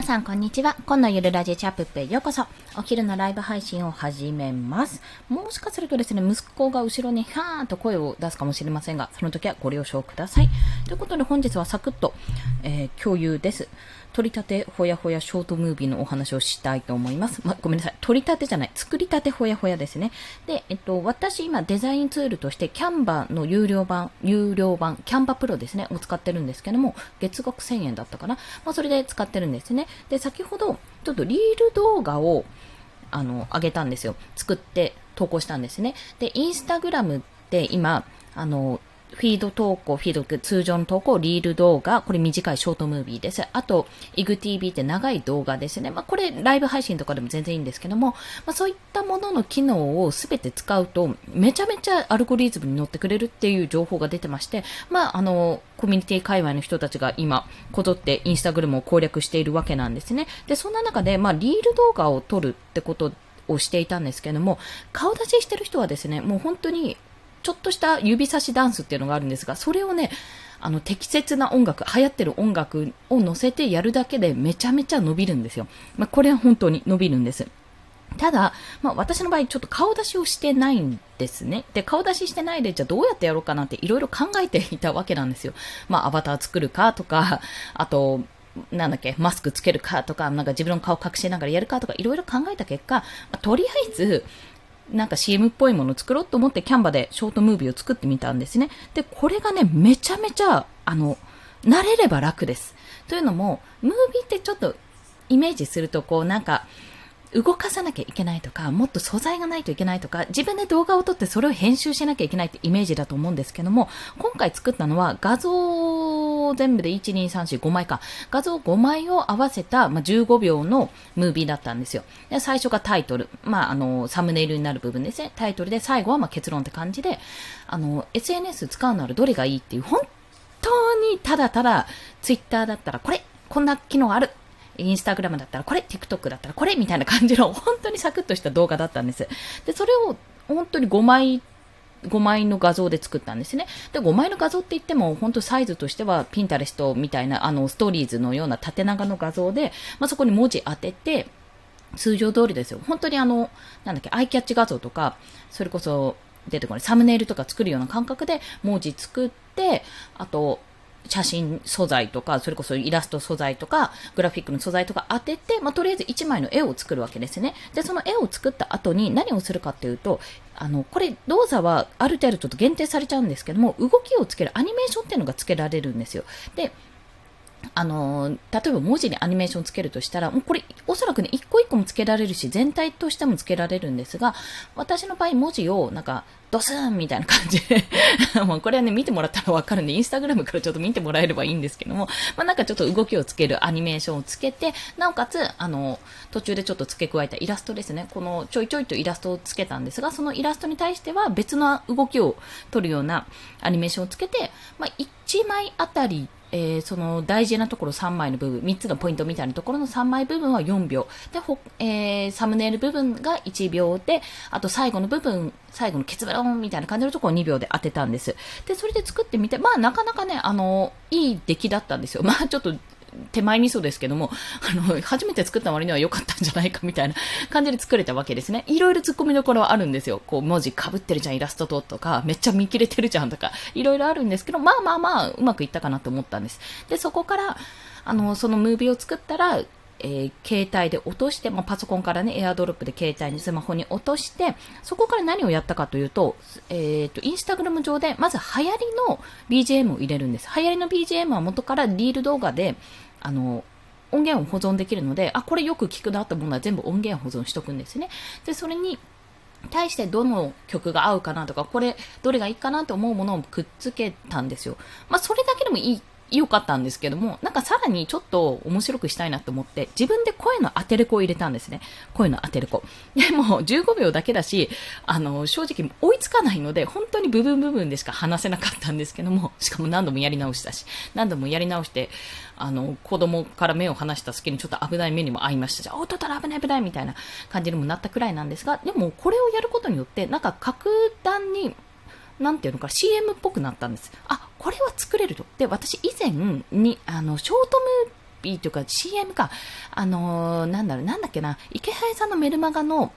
さんこんにちは。今のゆるラジチャップップへようこそ。お昼のライブ配信を始めます。もしかするとですね、息子が後ろにヒャーンと声を出すかもしれませんが、その時はご了承ください。ということで本日はサクッと、共有です。撮りたてほやほやショートムービーのお話をしたいと思います。ごめんなさい。撮りたてじゃない。作りたてほやほやですね。で、私今デザインツールとしてキャンバの有料版、キャンバプロですね、を使ってるんですけども、月額1000円だったかな。それで使ってるんですね。で、先ほど、ちょっとリール動画を、上げたんですよ。作って投稿したんですね。で、インスタグラムで今、フィード通常の投稿、リール動画、これ短いショートムービーです。あと、イグ TV って長い動画ですね。これライブ配信とかでも全然いいんですけども、そういったものの機能をすべて使うと、めちゃめちゃアルゴリズムに乗ってくれるっていう情報が出てまして、コミュニティ界隈の人たちが今、こぞってインスタグラムを攻略しているわけなんですね。で、そんな中で、リール動画を撮るってことをしていたんですけども、顔出ししてる人はですね、もう本当に、ちょっとした指差しダンスっていうのがあるんですが、それをね、適切な音楽、流行ってる音楽を乗せてやるだけでめちゃめちゃ伸びるんですよ。これは本当に伸びるんです。ただ、私の場合ちょっと顔出しをしてないんですね。で、顔出ししてないで、じゃあどうやってやろうかなっていろいろ考えていたわけなんですよ。アバター作るかとか、あと、マスクつけるかとか、自分の顔隠しながらやるかとか、いろいろ考えた結果、とりあえず、CM っぽいものを作ろうと思ってキャンバでショートムービーを作ってみたんですね。で、これがね、めちゃめちゃ、慣れれば楽です。というのも、ムービーってちょっとイメージすると動かさなきゃいけないとか、もっと素材がないといけないとか、自分で動画を撮ってそれを編集しなきゃいけないってイメージだと思うんですけども、今回作ったのは画像全部で1、2、3、4、5枚か。画像5枚を合わせた、15秒のムービーだったんですよ。で、最初がタイトル。サムネイルになる部分ですね。タイトルで、最後は結論って感じで、SNS 使うならどれがいいっていう、本当にただただ、ツイッターだったらこんな機能ある。インスタグラムだったらこれ、TikTok だったらこれみたいな感じの本当にサクッとした動画だったんです。で、それを本当に5枚の画像で作ったんですね。で、5枚の画像って言っても本当サイズとしてはピンタレストみたいなストーリーズのような縦長の画像で、そこに文字当てて、通常通りですよ。本当にアイキャッチ画像とか、それこそ出てこないサムネイルとか作るような感覚で文字作って、あと、写真素材とか、それこそイラスト素材とか、グラフィックの素材とか当てて、とりあえず1枚の絵を作るわけですね。で、その絵を作った後に何をするかっていうと、これ、動作はある程度ちょっと限定されちゃうんですけども、動きをつけるアニメーションっていうのがつけられるんですよ。で、例えば文字にアニメーションつけるとしたら、もうこれ、おそらくね、一個一個もつけられるし、全体としてもつけられるんですが、私の場合、文字を、ドスーンみたいな感じでもうこれはね、見てもらったらわかるんで、インスタグラムからちょっと見てもらえればいいんですけども、ちょっと動きをつけるアニメーションをつけて、なおかつ、途中でちょっと付け加えたイラストですね。この、ちょいちょいとイラストをつけたんですが、そのイラストに対しては別の動きを取るようなアニメーションをつけて、1枚あたり、その大事なところ3枚の部分、3つのポイントみたいなところの3枚部分は4秒。で、サムネイル部分が1秒で、あと最後の部分、最後の結論みたいな感じのところを2秒で当てたんです。で、それで作ってみて、なかなかね、いい出来だったんですよ。ちょっと、手前味噌ですけども、初めて作った割には良かったんじゃないかみたいな感じで作れたわけですね。いろいろ突っ込みどころはあるんですよ。文字被ってるじゃん、イラストとか、めっちゃ見切れてるじゃんとか、いろいろあるんですけど、うまくいったかなと思ったんです。で、そこから、そのムービーを作ったら、携帯で落として、パソコンからね、エアドロップで携帯にスマホに落として、そこから何をやったかというと、インスタグラム上で、まず流行りの BGM を入れるんです。流行りの BGM は元からリール動画で、音源を保存できるので、これよく聞くなと思うのは全部音源を保存しとくんですね。で、それに、対してどの曲が合うかなとか、これどれがいいかなと思うものをくっつけたんですよ。それだけでも良かったんですけども、さらにちょっと面白くしたいなと思って、自分で声の当てレコを入れたんですね。声の当てレコ。でも、15秒だけだし、正直追いつかないので、本当に部分でしか話せなかったんですけども、しかも何度もやり直したし、何度もやり直して、子供から目を離した隙にちょっと危ない目にも遭いましたし、おっとったら危ないみたいな感じにもなったくらいなんですが、でもこれをやることによって、格段に、なんていうのか、CM っぽくなったんです。これは作れると。で、私以前に、ショートムビーというか CM か、なんだっけな、池原さんのメルマガの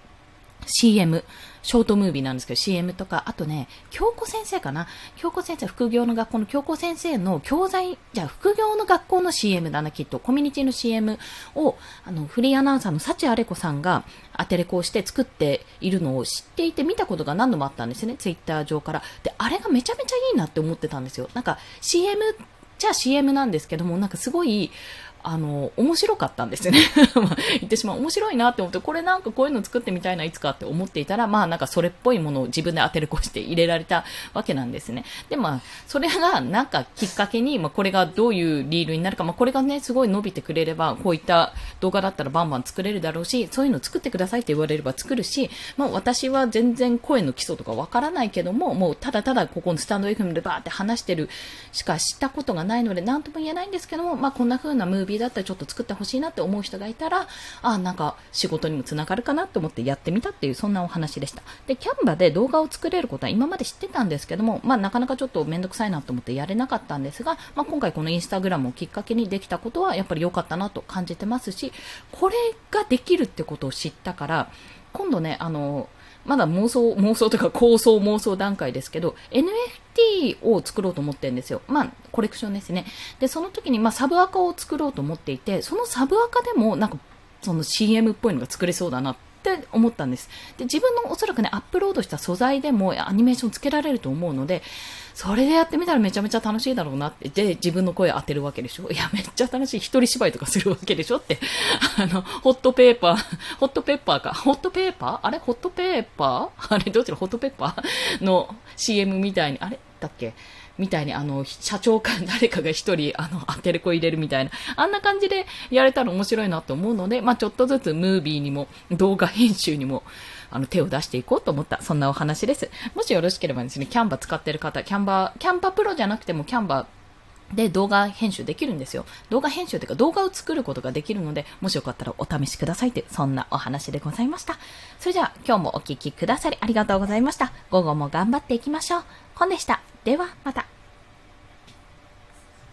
CM、ショートムービーなんですけど CM とか、あとね、京子先生かな、京子先生、副業の学校の京子先生の教材、副業の学校の CM だな、きっと。コミュニティの CM を、フリーアナウンサーの幸あれ子さんがアテレコをして作っているのを知っていて見たことが何度もあったんですね、ツイッター上から。で、あれがめちゃめちゃいいなって思ってたんですよ。なんか CM じゃあ CM なんですけども、なんかすごい、面白かったんですよね。言ってしまう。面白いなって思って、これなんかこういうの作ってみたいな、いつかって思っていたら、まあなんかそれっぽいものを自分で当てるこして入れられたわけなんですね。で、まあ、それがなんかきっかけに、まあこれがどういうリールになるか、まあこれがね、すごい伸びてくれれば、こういった動画だったらバンバン作れるだろうし、そういうの作ってくださいって言われれば作るし、まあ私は全然声の基礎とかわからないけども、もうただただここのスタンド FM でバーって話してるしか知ったことがないので、なんとも言えないんですけども、まあこんな風なムービーだったらちょっと作ってほしいなって思う人がいたら、なんか仕事にもつながるかなと思ってやってみたっていう、そんなお話でした。で、キャンバで動画を作れることは今まで知ってたんですけども、まあなかなかちょっとめんどくさいなと思ってやれなかったんですが、まあ今回このインスタグラムをきっかけにできたことはやっぱり良かったなと感じてますし、これができるってことを知ったから、今度ね、まだ妄想とか構想妄想段階ですけど、NFT を作ろうと思ってるんですよ。まあ、コレクションですね。で、その時に、まあ、サブアカを作ろうと思っていて、そのサブアカでも、なんか、その CM っぽいのが作れそうだなって思ったんです。で、自分のおそらくね、アップロードした素材でもアニメーションつけられると思うので、それでやってみたらめちゃめちゃ楽しいだろうなって。で、自分の声当てるわけでしょ。いや、めっちゃ楽しい。一人芝居とかするわけでしょって。ホットペーパーあれホットペーパーあれどっちのホットペッパーの CM みたいに、あれだっけみたいに、社長か誰かが一人、アテレコ入れるみたいな、あんな感じでやれたら面白いなと思うので、まあちょっとずつムービーにも、動画編集にも、手を出していこうと思った、そんなお話です。もしよろしければですね、キャンバ使ってる方、キャンバプロじゃなくてもキャンバで動画編集できるんですよ。動画編集というか動画を作ることができるので、もしよかったらお試しくださいという、そんなお話でございました。それじゃあ、今日もお聞きくださりありがとうございました。午後も頑張っていきましょう。コンでした。では、また。